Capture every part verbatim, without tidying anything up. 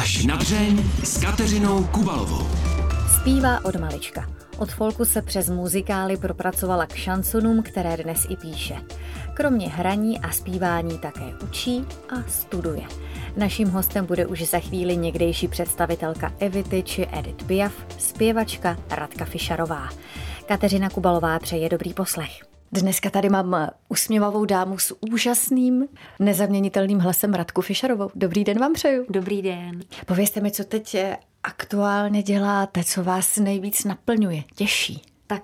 Až na dřeň s Kateřinou Kubalovou. Zpívá od malička. Od folku se přes muzikály propracovala k šansonům, které dnes i píše. Kromě hraní a zpívání také učí a studuje. Naším hostem bude už za chvíli někdejší představitelka Evity či Edith Piaf, zpěvačka Radka Fišarová. Kateřina Kubalová přeje dobrý poslech. Dneska tady mám usměvavou dámu s úžasným, nezaměnitelným hlasem Radku Fišarovou. Dobrý den vám přeju. Dobrý den. Povězte mi, co teď aktuálně děláte, co vás nejvíc naplňuje, těší. Tak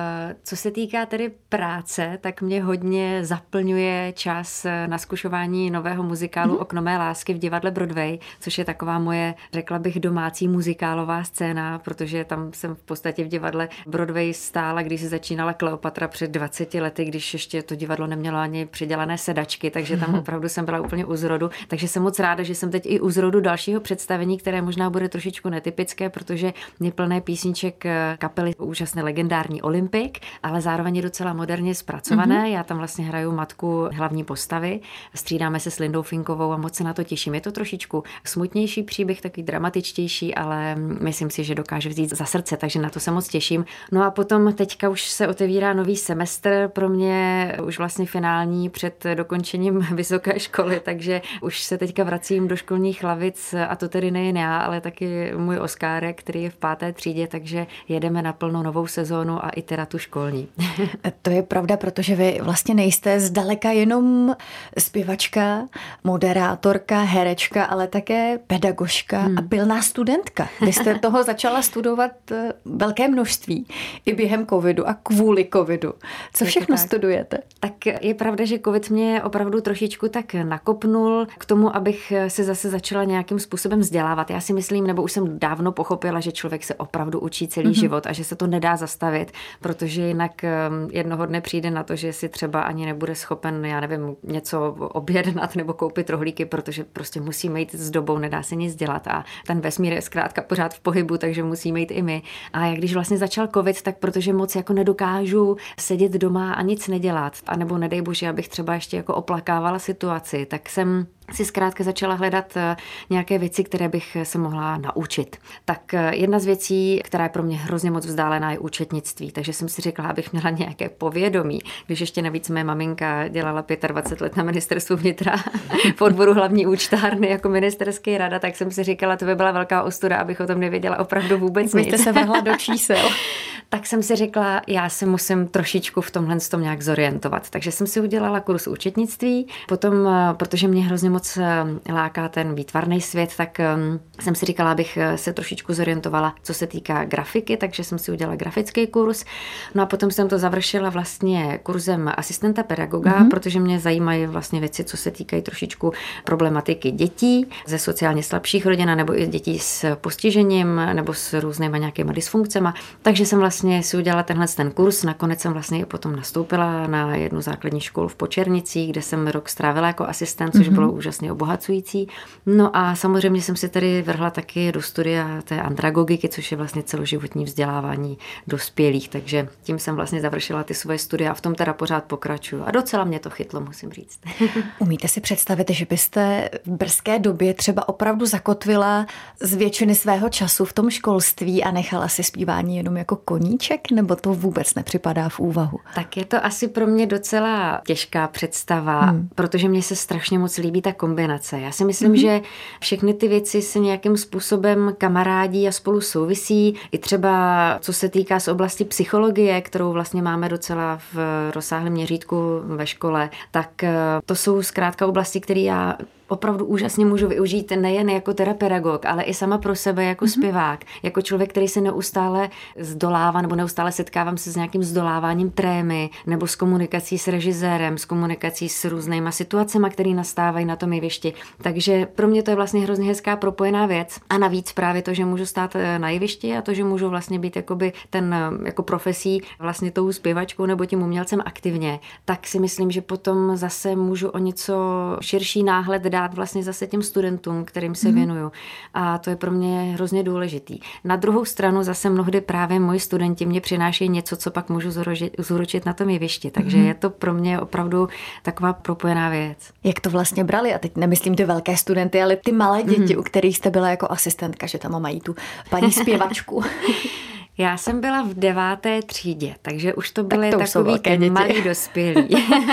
co se týká tedy práce, tak mě hodně zaplňuje čas na zkušování nového muzikálu mm-hmm. Okno mé lásky v divadle Broadway, což je taková moje, řekla bych, domácí muzikálová scéna, protože tam jsem v podstatě v divadle Broadway stála, když se začínala Kleopatra před dvaceti lety, když ještě to divadlo nemělo ani přidělané sedačky, takže tam opravdu jsem byla úplně u zrodu. Takže jsem moc ráda, že jsem teď i u zrodu dalšího představení, které možná bude trošičku netypické, protože je plné písniček kapely úžasné legendy Olympik, ale zároveň je docela moderně zpracované. Mm-hmm. Já tam vlastně hraju matku hlavní postavy. Střídáme se s Lindou Finkovou a moc se na to těším. Je to trošičku smutnější příběh, takový dramatičtější, ale myslím si, že dokáže vzít za srdce, takže na to se moc těším. No a potom teďka už se otevírá nový semestr, pro mě už vlastně finální před dokončením vysoké školy, takže už se teďka vracím do školních lavic a to tedy nejen já, ale taky můj Oskárek, který je v páté třídě, takže jedeme na plnou novou sezónu a i teda tu školní. To je pravda, protože vy vlastně nejste zdaleka jenom zpěvačka, moderátorka, herečka, ale také pedagožka hmm. a pilná studentka. Vy jste toho začala studovat velké množství i během covidu a kvůli covidu. Co všechno tak studujete? Tak je pravda, že covid mě opravdu trošičku tak nakopnul k tomu, abych se zase začala nějakým způsobem vzdělávat. Já si myslím, nebo už jsem dávno pochopila, že člověk se opravdu učí celý mm-hmm. život a že se to nedá zastavit, protože jinak jednoho dne přijde na to, že si třeba ani nebude schopen, já nevím, něco objednat nebo koupit rohlíky, protože prostě musíme jít s dobou, nedá se nic dělat a ten vesmír je zkrátka pořád v pohybu, takže musíme jít i my. A jak když vlastně začal covid, tak protože moc jako nedokážu sedět doma a nic nedělat, anebo nedej bože, abych třeba ještě jako oplakávala situaci, tak jsem si zkrátka začala hledat nějaké věci, které bych se mohla naučit. Tak jedna z věcí, která je pro mě hrozně moc vzdálená, je účetnictví. Takže jsem si řekla, abych měla nějaké povědomí. Když ještě navíc mé maminka dělala dvacet pět let na ministerstvu vnitra v odboru hlavní účtárny jako ministerský rada, tak jsem si říkala, to by byla velká ostuda, abych o tom nevěděla opravdu vůbec nic. Vy jste se vrhla do čísel. Tak jsem si řekla, já se musím trošičku v tomhle tom nějak zorientovat. Takže jsem si udělala kurz účetnictví. Potom, protože mě hrozně moc láká ten výtvarný svět, tak jsem si říkala, abych se trošičku zorientovala, co se týká grafiky, takže jsem si udělala grafický kurz. No a potom jsem to završila vlastně kurzem asistenta pedagoga, mm-hmm. protože mě zajímají vlastně věci, co se týkají trošičku problematiky dětí ze sociálně slabších rodin, nebo i dětí s postižením, nebo s různýma nějakýma dysfunkcema. Takže jsem vlastně si udělala tenhle ten kurz. Nakonec jsem vlastně potom nastoupila na jednu základní školu v Počernicích, kde jsem rok strávila jako asistent, což mm-hmm. bylo úžasně obohacující. No a samozřejmě jsem si tady vrhla taky do studia té andragogiky, což je vlastně celoživotní vzdělávání dospělých, takže tím jsem vlastně završila ty svoje studia a v tom teda pořád pokračuju. A docela mě to chytlo, musím říct. Umíte si představit, že byste v brzké době třeba opravdu zakotvila z většiny svého času v tom školství a nechala si zpívání jenom jako koníček, nebo to vůbec nepřipadá v úvahu? Tak je to asi pro mě docela těžká představa, hmm. protože mně se strašně moc líbí ta kombinace. Já si myslím, mm-hmm. že všechny ty věci se nějakým způsobem kamarádí a spolu souvisí. I třeba co se týká z oblasti psychologie, kterou vlastně máme docela v rozsáhlém měřítku ve škole, tak to jsou zkrátka oblasti, které já opravdu úžasně můžu využít nejen jako terapedagog, ale i sama pro sebe jako mm-hmm. zpěvák, jako člověk, který se neustále zdolává nebo neustále setkávám se s nějakým zdoláváním trémy nebo s komunikací s režisérem, s komunikací s různýma situacemi, které nastávají na tom jevišti. Takže pro mě to je vlastně hrozně hezká propojená věc. A navíc právě to, že můžu stát na jevišti a to, že můžu vlastně být jakoby ten jako profesí vlastně tou zpěvačkou nebo tím umělcem aktivně, tak si myslím, že potom zase můžu o něco širší náhled dát dát vlastně zase těm studentům, kterým se mm. věnuju. A to je pro mě hrozně důležitý. Na druhou stranu zase mnohdy právě moji studenti mě přinášejí něco, co pak můžu zúročit na tom jevišti. Takže mm. je to pro mě opravdu taková propojená věc. Jak to vlastně brali? A teď nemyslím ty velké studenty, ale ty malé děti, mm. u kterých jste byla jako asistentka, že tam mají tu paní zpěvačku. Já jsem byla v deváté třídě, takže už to byly tak to takový malí dospělí.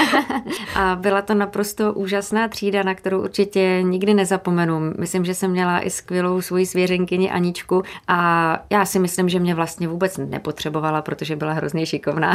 A byla to naprosto úžasná třída, na kterou určitě nikdy nezapomenu. Myslím, že jsem měla i skvělou svoji svěřenkyni Aničku a já si myslím, že mě vlastně vůbec nepotřebovala, protože byla hrozně šikovná.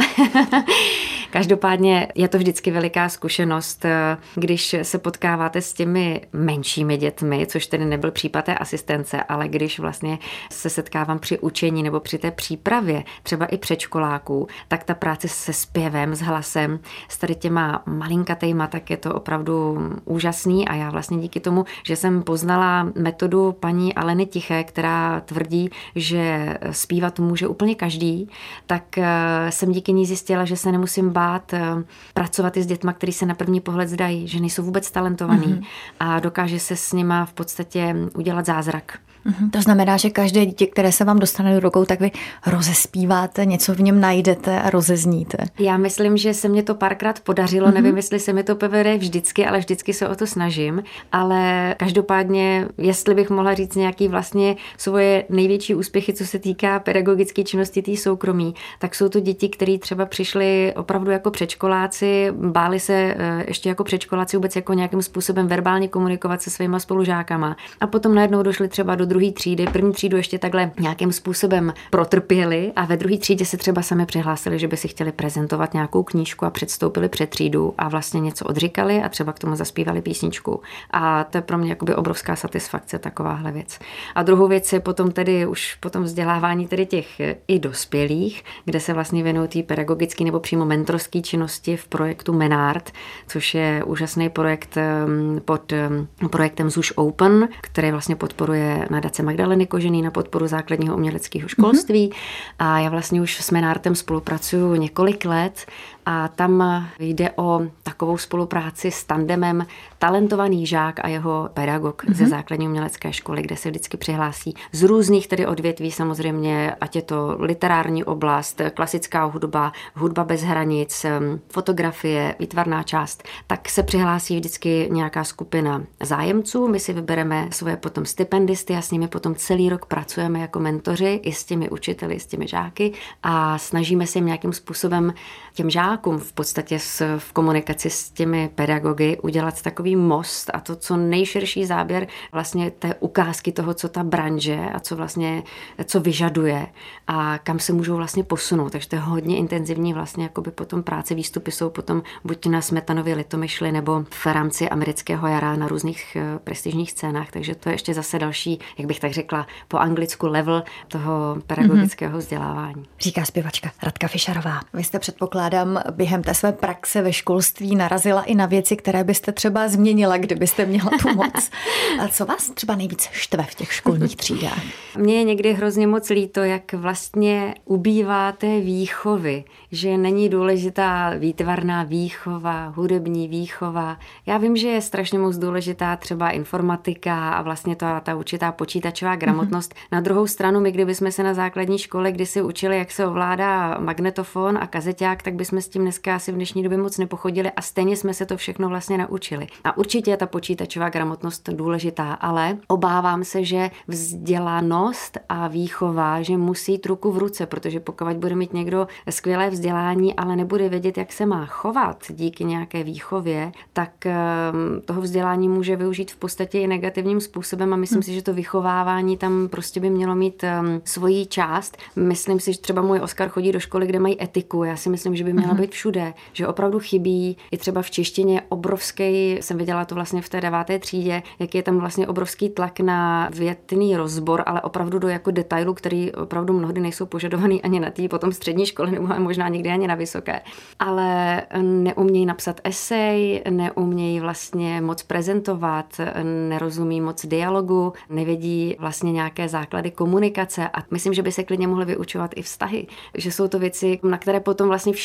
Každopádně je to vždycky veliká zkušenost, když se potkáváte s těmi menšími dětmi, což tedy nebyl případ té asistence, ale když vlastně se setkávám při učení nebo při té přípravě, třeba i předškoláků, tak ta práce se zpěvem, s hlasem, s tady těma malinkatejma, tak je to opravdu úžasný a já vlastně díky tomu, že jsem poznala metodu paní Aleny Tiché, která tvrdí, že zpívat může úplně každý, tak jsem díky ní zjistila, že se nemusím bát pracovat i s dětma, který se na první pohled zdají, že nejsou vůbec talentovaný mm-hmm. a dokáže se s nima v podstatě udělat zázrak. Mm-hmm. To znamená, že každé dítě, které se vám dostane do rukou, tak vy rozespíváte, něco v něm najdete a rozezníte. Já myslím, že se mě to párkrát podařilo, mm-hmm. nevím, jestli se mi to povede vždycky, ale vždycky se o to snažím, ale každopádně, jestli bych mohla říct nějaký vlastně svoje největší úspěchy, co se týká pedagogické činnosti té soukromí, tak jsou to děti, které třeba přišly opravdu jako předškoláci, báli se ještě jako předškoláci vůbec jako nějakým způsobem verbálně komunikovat se svýma spolužákama a potom najednou došli třeba do druhé třídy, první třídu ještě takhle nějakým způsobem protrpěli a ve druhé třídě se třeba sami přihlásili, že by si chtěli prezentovat nějakou knížku a předstoupili před třídu a vlastně něco odříkali a třeba k tomu zaspívali písničku. A to je pro mě jakoby obrovská satisfakce, takováhle věc. A druhou věc je potom tedy už potom vzdělávání tedy těch i dospělých, kde se vlastně věnují té pedagogické nebo přímo mentorské činnosti v projektu Menard, což je úžasný projekt pod projektem Zuš Open, který vlastně podporuje nadace Magdaleny Kožený na podporu základního uměleckého školství. Mm-hmm. A já vlastně už s Menardem spolupracuju několik let a tam jde o takovou spolupráci s tandemem talentovaný žák a jeho pedagog mm-hmm. ze základní umělecké školy, kde se vždycky přihlásí z různých tedy odvětví samozřejmě, ať je to literární oblast, klasická hudba, hudba bez hranic, fotografie, výtvarná část, tak se přihlásí vždycky nějaká skupina zájemců. My si vybereme svoje potom stipendisty a s nimi potom celý rok pracujeme jako mentoři i s těmi učiteli, s těmi žáky a snažíme se jim nějakým způsobem těm žákům v podstatě v komunikaci s těmi pedagogy udělat takový most a to co nejširší záběr vlastně té ukázky toho, co ta branže a co vlastně, co vyžaduje a kam se můžou vlastně posunout. Takže to je hodně intenzivní vlastně jakoby potom práce, výstupy jsou potom buď na Smetanově Litomyšli nebo v rámci amerického jara na různých prestižních scénách, takže to je ještě zase další, jak bych tak řekla, po anglicku level toho pedagogického mm-hmm. vzdělávání. Říká zpěvačka Radka Fischerová. Vy jste předpokládám během té své praxe ve školství narazila i na věci, které byste třeba změnila, kdybyste měla tu moc. A co vás třeba nejvíc štve v těch školních třídách? Mně je někdy hrozně moc líto, jak vlastně ubývá té výchovy, že není důležitá výtvarná výchova, hudební výchova. Já vím, že je strašně moc důležitá třeba informatika a vlastně ta, ta určitá počítačová gramotnost. Mm-hmm. Na druhou stranu, my kdybychom se na základní škole kdysi učili, jak se ovládá magnetofon a kazeťák, tak bychom s tím dneska asi v dnešní době moc nepochodili a stejně jsme se to všechno vlastně naučili. A určitě je ta počítačová gramotnost důležitá, ale obávám se, že vzdělanost a výchova, že musí jít ruku v ruce, protože pokud bude mít někdo skvělé vzdělání, ale nebude vědět, jak se má chovat díky nějaké výchově, tak toho vzdělání může využít v podstatě i negativním způsobem a myslím hmm. si, že to vychovávání tam prostě by mělo mít um, svoji část. Myslím si, že třeba můj Oskar chodí do školy, kde mají etiku. Já si myslím, že by měla být všude, že opravdu chybí i třeba v češtině obrovský, jsem viděla to vlastně v té deváté třídě, jak je tam vlastně obrovský tlak na větný rozbor, ale opravdu do jako detailu, který opravdu mnohdy nejsou požadovaný ani na té potom střední škole, nebo možná někdy ani na vysoké. Ale neumějí napsat esej, neumějí vlastně moc prezentovat, nerozumí moc dialogu, nevědí vlastně nějaké základy komunikace a myslím, že by se klidně mohly vyučovat i vztahy, že jsou to věci, na které potom vlastně všichni naráží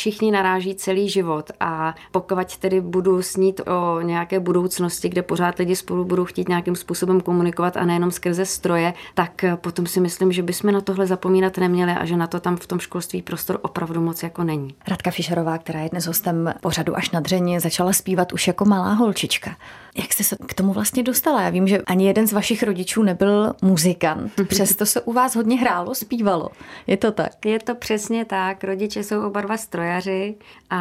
naráží celý život a pokud tedy budu snít o nějaké budoucnosti, kde pořád lidi spolu budou chtít nějakým způsobem komunikovat a nejenom skrze stroje, tak potom si myslím, že bychom na tohle zapomínat neměli a že na to tam v tom školství prostor opravdu moc jako není. Radka Fischerová, která je dnes hostem pořadu Až na dřeň, začala zpívat už jako malá holčička. Jak jste se k tomu vlastně dostala? Já vím, že ani jeden z vašich rodičů nebyl muzikant, přesto se u vás hodně hrálo, zpívalo. Je to tak? Je to přesně tak. Rodiče jsou oba dva strojaři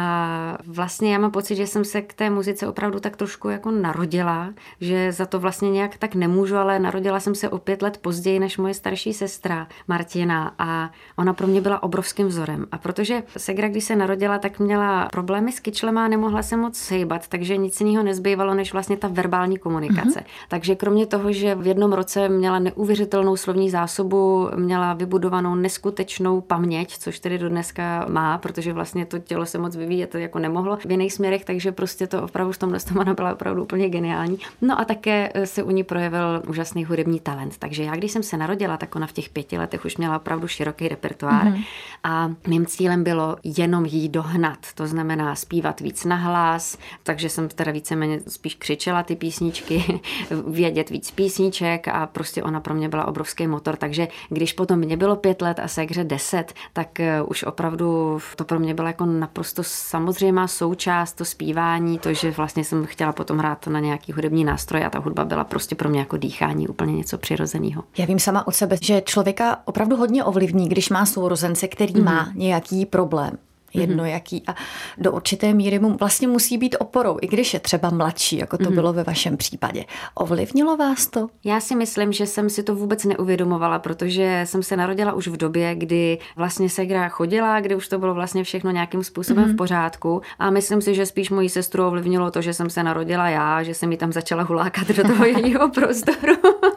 a vlastně já mám pocit, že jsem se k té muzice opravdu tak trošku jako narodila, že za to vlastně nějak tak nemůžu, ale narodila jsem se o pět let později než moje starší sestra Martina a ona pro mě byla obrovským vzorem. A protože segra, když se narodila, tak měla problémy s kyčlema a nemohla se moc hejbat, takže nic jiného nezbývalo, než vlastně ta verbální komunikace. Mm-hmm. Takže kromě toho, že v jednom roce měla neuvěřitelnou slovní zásobu, měla vybudovanou neskutečnou paměť, což tedy do dneska má, protože vlastně to tělo se moc vyvíjet jako nemohlo v jiných směrech, takže prostě to opravdu v tomhle tom ona byla opravdu úplně geniální. No a také se u ní projevil úžasný hudební talent. Takže já, když jsem se narodila, tak ona v těch pěti letech už měla opravdu široký repertoár mm-hmm. a mým cílem bylo jenom jí dohnat. To znamená zpívat víc nahlas, takže jsem teda víceméně spíš křičela ty písničky, vědět víc písniček a prostě ona pro mě byla obrovský motor, takže když potom mě bylo pět let a segře deset, tak už opravdu to pro mě bylo jako naprosto samozřejmá součást, to zpívání, to, že vlastně jsem chtěla potom hrát na nějaký hudební nástroj a ta hudba byla prostě pro mě jako dýchání, úplně něco přirozeného. Já vím sama od sebe, že člověka opravdu hodně ovlivní, když má sourozence, který mm-hmm. má nějaký problém. Jedno jaký a do určité míry mu vlastně musí být oporou, i když je třeba mladší, jako to mm. bylo ve vašem případě. Ovlivnilo vás to? Já si myslím, že jsem si to vůbec neuvědomovala, protože jsem se narodila už v době, kdy vlastně segra chodila, kdy už to bylo vlastně všechno nějakým způsobem mm. v pořádku a myslím si, že spíš mojí sestru ovlivnilo to, že jsem se narodila já, že jsem mi tam začala hulákat do toho jejího prostoru.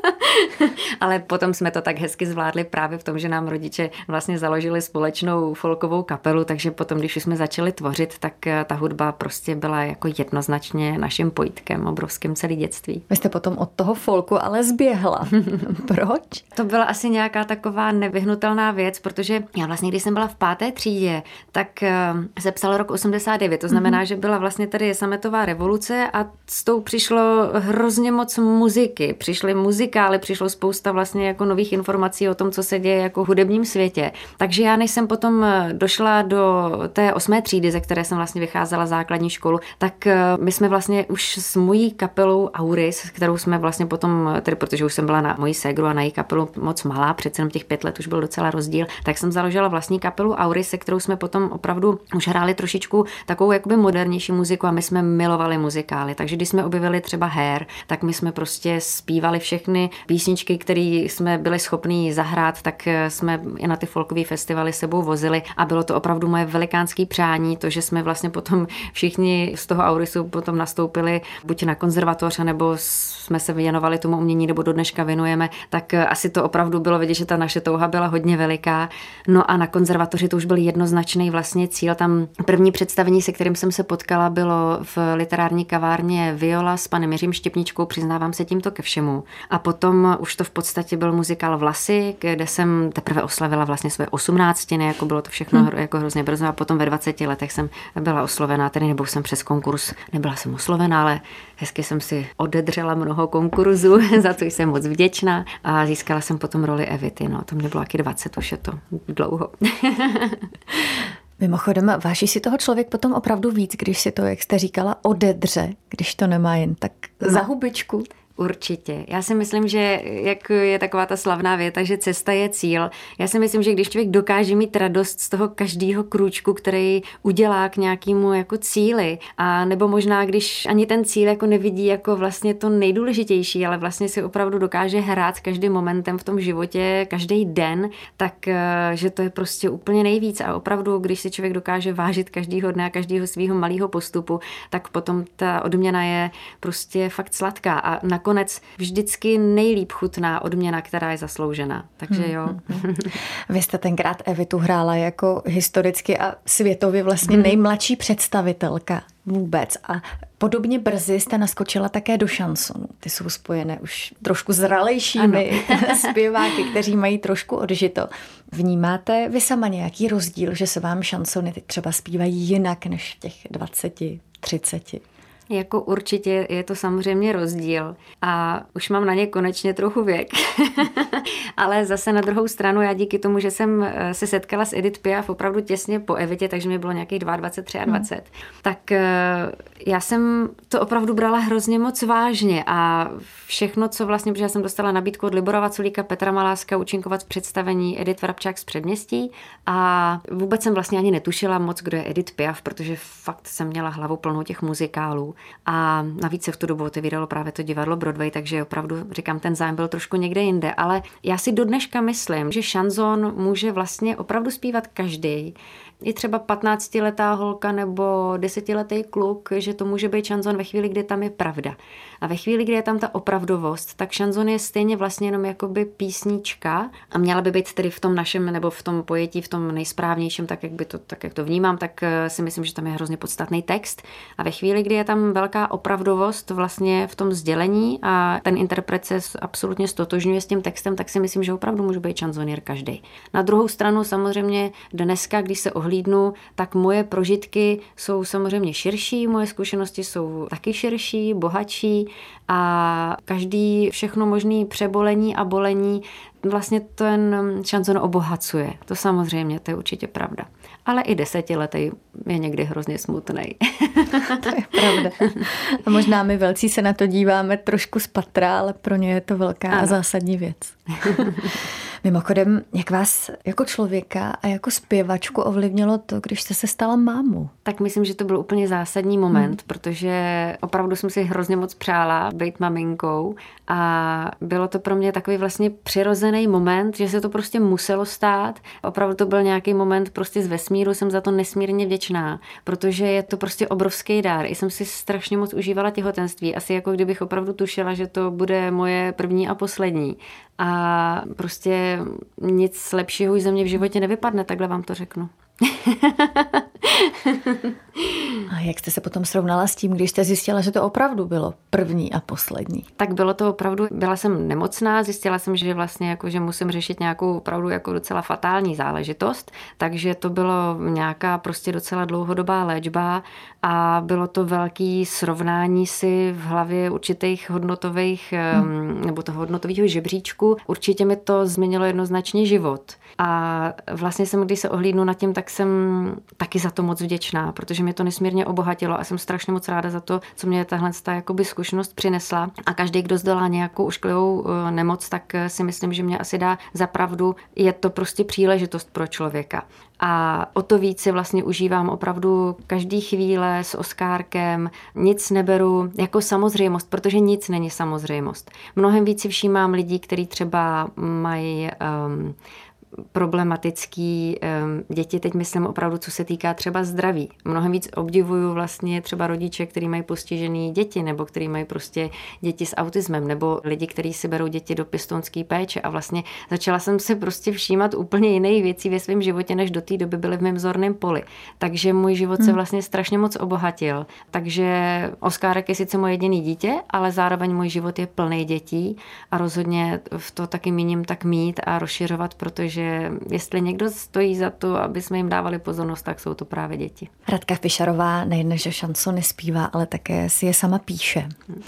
Ale potom jsme to tak hezky zvládli právě v tom, že nám rodiče vlastně založili společnou folkovou kapelu, takže potom, když jsme začali tvořit, tak ta hudba prostě byla jako jednoznačně naším pojítkem, obrovským celý dětství. Vy jste potom od toho folku ale zběhla. Proč? To byla asi nějaká taková nevyhnutelná věc, protože já vlastně, když jsem byla v páté třídě, tak se psal rok osmdesát devět, to znamená, mm-hmm. že byla vlastně tady sametová revoluce a s tou přišlo hrozně moc muziky, přišly muzikály, přišlo spousta vlastně jako nových informací o tom, co se děje jako v hudebním světě. Takže já, než jsem potom došla do té osmé třídy, ze které jsem vlastně vycházela základní školu, tak my jsme vlastně už s mojí kapelou Auris, kterou jsme vlastně potom, tedy protože už jsem byla na mojí ségru a na její kapelu moc malá, přece jenom těch pět let už byl docela rozdíl, tak jsem založila vlastní kapelu Auris, se kterou jsme potom opravdu už hráli trošičku takovou jakoby modernější muziku a my jsme milovali muzikály. Takže když jsme objevili třeba Hair, tak my jsme prostě zpívali všechny písničky, které jsme byli schopní zahrát, tak jsme i na ty folkové festivaly sebou vozili a bylo to opravdu moje velikánský přání, to, že jsme vlastně potom všichni z toho Aurisu potom nastoupili buď na konzervatoř, nebo jsme se věnovali tomu umění, nebo do dneška věnujeme, tak asi to opravdu bylo vidět, že ta naše touha byla hodně veliká. No a na konzervatoři to už byl jednoznačný vlastně cíl. Tam první představení, se kterým jsem se potkala, bylo v literární kavárně Viola s panem Jiřím Štěpničkou, přiznávám se tímto ke všemu. A potom už to v podstatě byl muzikál Vlasy, kde jsem teprve oslavila vlastně své osmnáctiny, jako bylo to všechno hmm. jako hrozně brzo a potom ve dvaceti letech jsem byla oslovená, tedy nebo jsem přes konkurs, nebyla jsem oslovená, ale hezky jsem si odedřela mnoho konkurzů, za co jsem moc vděčná a získala jsem potom roli Evity, no to mě bylo taky dvacet, už je to dlouho. Mimochodem, váží si toho člověk potom opravdu víc, když si to, jak jste říkala, odedře, když to nemá jen tak no. za hubičku? Určitě. Já si myslím, že jak je taková ta slavná věta, že cesta je cíl. Já si myslím, že když člověk dokáže mít radost z toho každého krůčku, který udělá k nějakému jako cíli, a nebo možná, když ani ten cíl jako nevidí jako vlastně to nejdůležitější, ale vlastně si opravdu dokáže hrát s každým momentem v tom životě, každý den, tak že to je prostě úplně nejvíc. A opravdu, když si člověk dokáže vážit každýho dne a každého svého malého postupu, tak potom ta odměna je prostě fakt sladká. A na nakonec vždycky nejlíp chutná odměna, která je zasloužená. Takže jo. Hmm. Vy jste tenkrát Evitu hrála jako historicky a světově vlastně nejmladší představitelka vůbec. A podobně brzy jste naskočila také do šansonu. Ty jsou spojené už trošku zralejšími zpěváky, kteří mají trošku odžito. Vnímáte vy sama nějaký rozdíl, že se vám šansony třeba zpívají jinak než v těch dvaceti, třiceti? Jako určitě je to samozřejmě rozdíl a už mám na ně konečně trochu věk. Ale zase na druhou stranu já díky tomu, že jsem se setkala s Edith Piaf opravdu těsně po Evitě, takže mi bylo nějakých dvacet dva, dvacet tři, hmm. tak já jsem to opravdu brala hrozně moc vážně a všechno, co vlastně, protože já jsem dostala nabídku od Libora Vaculíka, Petra Maláska účinkovat v představení Edith Vrabčák z Předměstí a vůbec jsem vlastně ani netušila moc, kdo je Edith Piaf, protože fakt jsem měla hlavu plnou těch muzikálů. A navíc se v tu dobu otevíralo právě to divadlo Broadway, takže opravdu, říkám, ten zájem byl trošku někde jinde, ale já si do dneška myslím, že šanzon může vlastně opravdu zpívat každý. I třeba patnáctiletá holka nebo desetiletý kluk, že to může být šanzon ve chvíli, kdy tam je pravda. A ve chvíli, kdy je tam ta opravdovost, tak šanzon je stejně vlastně jenom jakoby písnička a měla by být tedy v tom našem nebo v tom pojetí, v tom nejsprávnějším, tak jak, by to, tak jak to vnímám, tak si myslím, že tam je hrozně podstatný text. A ve chvíli, kdy je tam velká opravdovost vlastně v tom sdělení a ten interpret se absolutně stotožňuje s tím textem, tak si myslím, že opravdu může být šanzonier každý. Na druhou stranu samozřejmě dneska, když se ohlídnu, tak moje prožitky jsou samozřejmě širší, moje zkušenosti jsou taky širší, bohatší a každý všechno možný přebolení a bolení vlastně ten šanzon obohacuje. To samozřejmě, to je určitě pravda. Ale i desetiletý je někdy hrozně smutnej. To je pravda. A možná my velcí se na to díváme trošku spatra, ale pro ně je to velká ano. a zásadní věc. Mimochodem, jak vás jako člověka a jako zpěvačku ovlivnilo to, když jste se stala mámou? Tak myslím, že to byl úplně zásadní moment, hmm. protože opravdu jsem si hrozně moc přála být maminkou a bylo to pro mě takový vlastně přirozený moment, že se to prostě muselo stát. Opravdu to byl nějaký moment prostě z vesmíru, jsem za to nesmírně vděčná, protože je to prostě obrovský dár. I jsem si strašně moc užívala těhotenství, asi jako kdybych opravdu tušila, že to bude moje první a poslední. A prostě nic lepšího už ze mě v životě nevypadne, takhle vám to řeknu. A jak jste se potom srovnala s tím, když jste zjistila, že to opravdu bylo první a poslední? Tak bylo to opravdu, byla jsem nemocná, zjistila jsem, že vlastně jako, že musím řešit nějakou opravdu jako docela fatální záležitost, takže to bylo nějaká prostě docela dlouhodobá léčba a bylo to velký srovnání si v hlavě určitých hodnotových, hmm. nebo toho hodnotového žebříčku. Určitě mi to změnilo jednoznačně život. A vlastně jsem, když se ohlídnu nad tím, tak jsem taky za to moc vděčná, protože mě to nesmírně obohatilo a jsem strašně moc ráda za to, co mě tahle jakoby zkušenost přinesla. A každý, kdo zdolá nějakou ošklivou nemoc, tak si myslím, že mě asi dá za pravdu. Je to prostě příležitost pro člověka. A o to víc si vlastně užívám opravdu každý chvíle s Oskárkem. Nic neberu jako samozřejmost, protože nic není samozřejmost. Mnohem víc si všímám lidí, kteří třeba mají um, problematický um, děti, teď myslím opravdu, co se týká třeba zdraví. Mnohem víc obdivuju vlastně třeba rodiče, kteří mají postižený děti, nebo kteří mají prostě děti s autismem, nebo lidi, kteří si berou děti do pěstounské péče a vlastně začala jsem se prostě všímat úplně jiných věcí ve svém životě, než do té doby byly v mém zorném poli. Takže můj život hmm. se vlastně strašně moc obohatil. Takže Oskárek je sice moje jediné dítě, ale zároveň můj život je plný dětí a rozhodně v to taky míním tak mít a rozšiřovat, protože jestli někdo stojí za to, aby jsme jim dávali pozornost, tak jsou to právě děti. Radka Fišarová nejen, že šansony zpívá, ale také si je sama píše.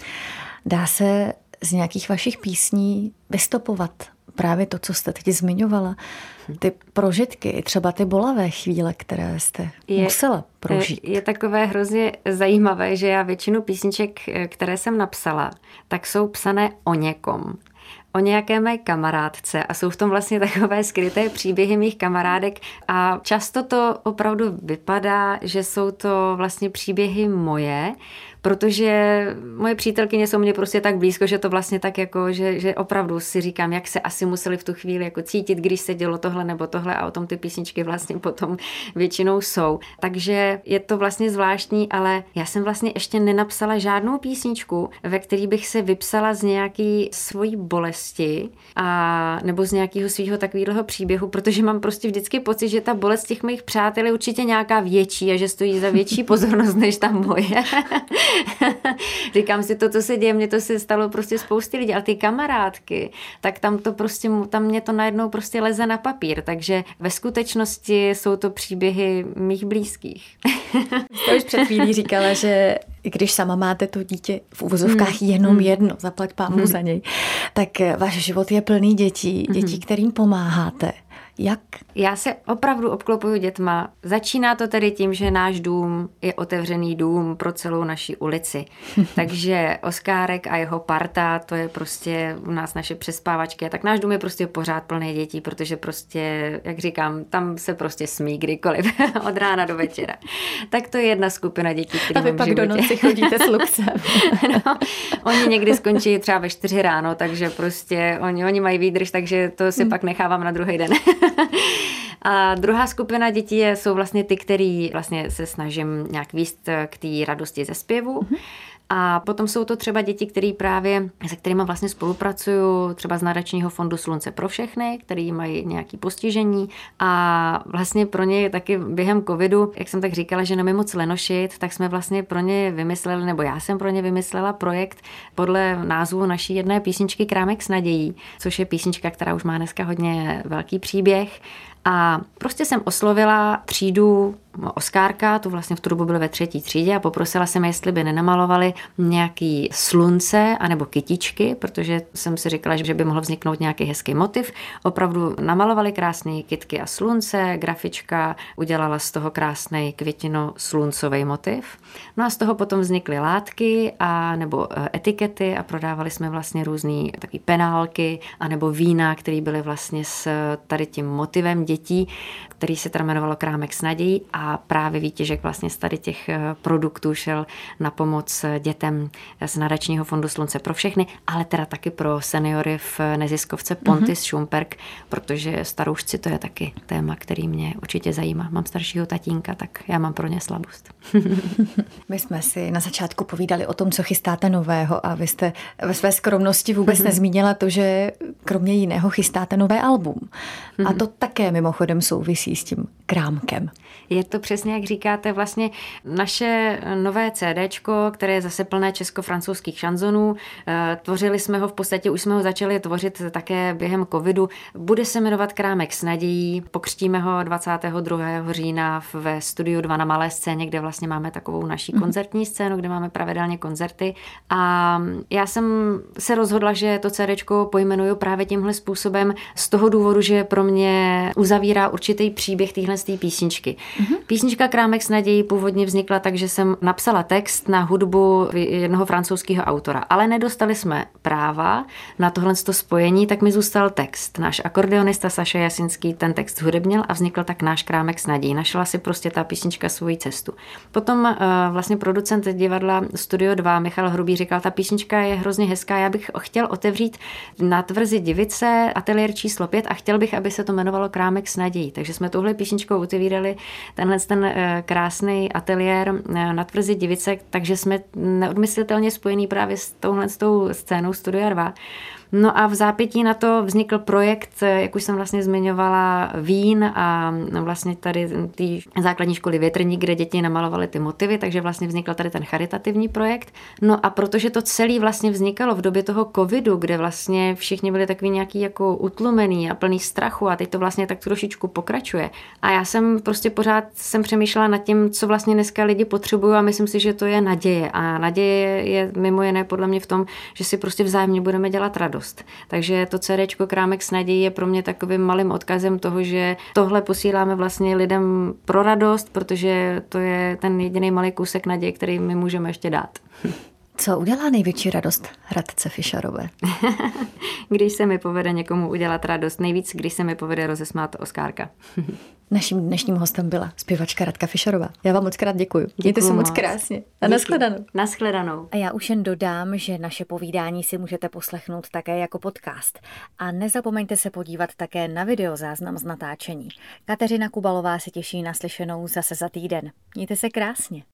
Dá se z nějakých vašich písní vystopovat právě to, co jste teď zmiňovala? Ty prožitky, třeba ty bolavé chvíle, které jste je, musela prožít. Je takové hrozně zajímavé, že já většinu písniček, které jsem napsala, tak jsou psané o někom. O nějaké mé kamarádce a jsou v tom vlastně takové skryté příběhy mých kamarádek a často to opravdu vypadá, že jsou to vlastně příběhy moje, protože moje přítelkyně jsou mě prostě tak blízko, že to vlastně tak jako, že, že opravdu si říkám, jak se asi museli v tu chvíli jako cítit, když se dělo tohle nebo tohle a o tom ty písničky vlastně potom většinou jsou. Takže je to vlastně zvláštní, ale já jsem vlastně ještě nenapsala žádnou písničku, ve který bych se vypsala z nějaký svojí bolesti a nebo z nějakého svého takového příběhu, protože mám prostě vždycky pocit, že ta bolest těch mých přátel je určitě nějaká větší a že stojí za větší pozornost než ta moje. Říkám si, to, co se děje, mně to se stalo prostě spousty lidí, ale ty kamarádky, tak tam to prostě, tam mě to najednou prostě leze na papír, takže ve skutečnosti jsou to příběhy mých blízkých. Jste už před chvílí říkala, že když sama máte to dítě v uvozovkách jenom jedno, zaplať pámu za něj, tak váš život je plný dětí, dětí, kterým pomáháte. Jak? Já se opravdu obklopuju dětma. Začíná to tedy tím, že náš dům je otevřený dům pro celou naši ulici. Takže Oskárek a jeho parta, to je prostě u nás naše přespávačky. Tak náš dům je prostě pořád plný dětí, protože prostě, jak říkám, tam se prostě smí kdykoliv od rána do večera. Tak to je jedna skupina dětí, které mám v životě. A vy pak do noci chodíte s luxem. No, oni někdy skončí třeba ve čtyři ráno, takže prostě oni, oni mají výdrž, takže to si hmm. pak nechávám na druhý den. A druhá skupina dětí je, jsou vlastně ty, který vlastně se snažím nějak víct k té radosti ze zpěvu. Mm-hmm. A potom jsou to třeba děti, který právě, se kterými vlastně spolupracuju, třeba z nadačního fondu Slunce pro všechny, který mají nějaké postižení a vlastně pro ně taky během covidu, jak jsem tak říkala, že nemůžu moc lenošit, tak jsme vlastně pro ně vymysleli, nebo já jsem pro ně vymyslela projekt podle názvu naší jedné písničky Krámek s nadějí, což je písnička, která už má dneska hodně velký příběh. A prostě jsem oslovila třídu Oskárka, tu vlastně v tu dobu byl ve třetí třídě a poprosila jsem, jestli by nenamalovali nějaký slunce anebo kytičky, protože jsem si říkala, že by mohl vzniknout nějaký hezký motiv. Opravdu namalovali krásné kytky a slunce, grafička udělala z toho krásný květino-sluncový motiv. No a z toho potom vznikly látky a nebo etikety a prodávali jsme vlastně různý takový penálky a nebo vína, které byly vlastně s tady tím motivem dětí, který se teda jmenovalo Krámek s nadějí a právě výtěžek vlastně z tady těch produktů šel na pomoc dětem z nadačního fondu Slunce pro všechny, ale teda taky pro seniory v neziskovce Pontis mm-hmm. Šumperk, protože staroušci to je taky téma, který mě určitě zajímá. Mám staršího tatínka, tak já mám pro ně slabost. My jsme si na začátku povídali o tom, co chystáte nového a vy jste ve své skromnosti vůbec mm-hmm. nezmínila to, že kromě jiného chystáte nové album. Mm-hmm. A to také mimochodem souvisí s tím krámkem. Je to přesně, jak říkáte, vlastně naše nové CDčko, které je zase plné česko-francouzských šanzonů. Tvořili jsme ho v podstatě, už jsme ho začali tvořit také během covidu. Bude se jmenovat Krámek s nadějí. Pokřtíme ho dvacátého druhého října ve studiu dva na Malé scéně, kde vlastně máme takovou naší koncertní scénu, kde máme pravidelně koncerty. A já jsem se rozhodla, že to CDčko pojmenuju právě tímhle způsobem z toho důvodu, že pro mě uzavírá určitý příběh téhle písničky. Mm-hmm. Písnička Krámek s nadějí původně vznikla tak, že jsem napsala text na hudbu jednoho francouzského autora, ale nedostali jsme práva na tohle spojení, tak mi zůstal text. Náš akordeonista Saša Jasinský ten text hudebnil a vznikl tak náš Krámek s nadějí. Našla si prostě ta písnička svoji cestu. Potom uh, vlastně producent divadla Studio dva Michal Hrubý říkal, ta písnička je hrozně hezká, já bych chtěl otevřít na tvrzi Divice ateliér číslo pět a chtěl bych, aby se to jmenovalo Krámek s nadějí. Takže jsme touhle písničkou otevírali tenhle ten krásný ateliér na tvrzi Divice, takže jsme neodmyslitelně spojení právě s touhle s tou scénou Studia dva. No a v zápětí na to vznikl projekt, jak už jsem vlastně zmiňovala, Vín a vlastně tady ty základní školy Větrník, kde děti namalovaly ty motivy, takže vlastně vznikl tady ten charitativní projekt. No a protože to celé vlastně vznikalo v době toho covidu, kde vlastně všichni byli takový nějaký jako utlumený a plný strachu a teď to vlastně tak trošičku pokračuje. A já jsem prostě pořád jsem přemýšlela nad tím, co vlastně dneska lidi potřebují a myslím si, že to je naděje. A naděje je mimo jiné podle mě v tom, že si prostě vzájemně budeme dělat radost. Takže to CDčko Krámek s nadějí je pro mě takovým malým odkazem toho, že tohle posíláme vlastně lidem pro radost, protože to je ten jediný malý kousek naděje, který my můžeme ještě dát. Co udělá největší radost Radce Fischerové? Když se mi povede někomu udělat radost, nejvíc, když se mi povede rozesmát Oskárka. Naším dnešním hostem byla zpěvačka Radka Fischerová. Já vám moc krát děkuju. Mějte se moc krásně. A nashledanou. Nashledanou. A já už jen dodám, že naše povídání si můžete poslechnout také jako podcast. A nezapomeňte se podívat také na videozáznam z natáčení. Kateřina Kubalová se těší na slyšenou zase za týden. Mějte se krásně.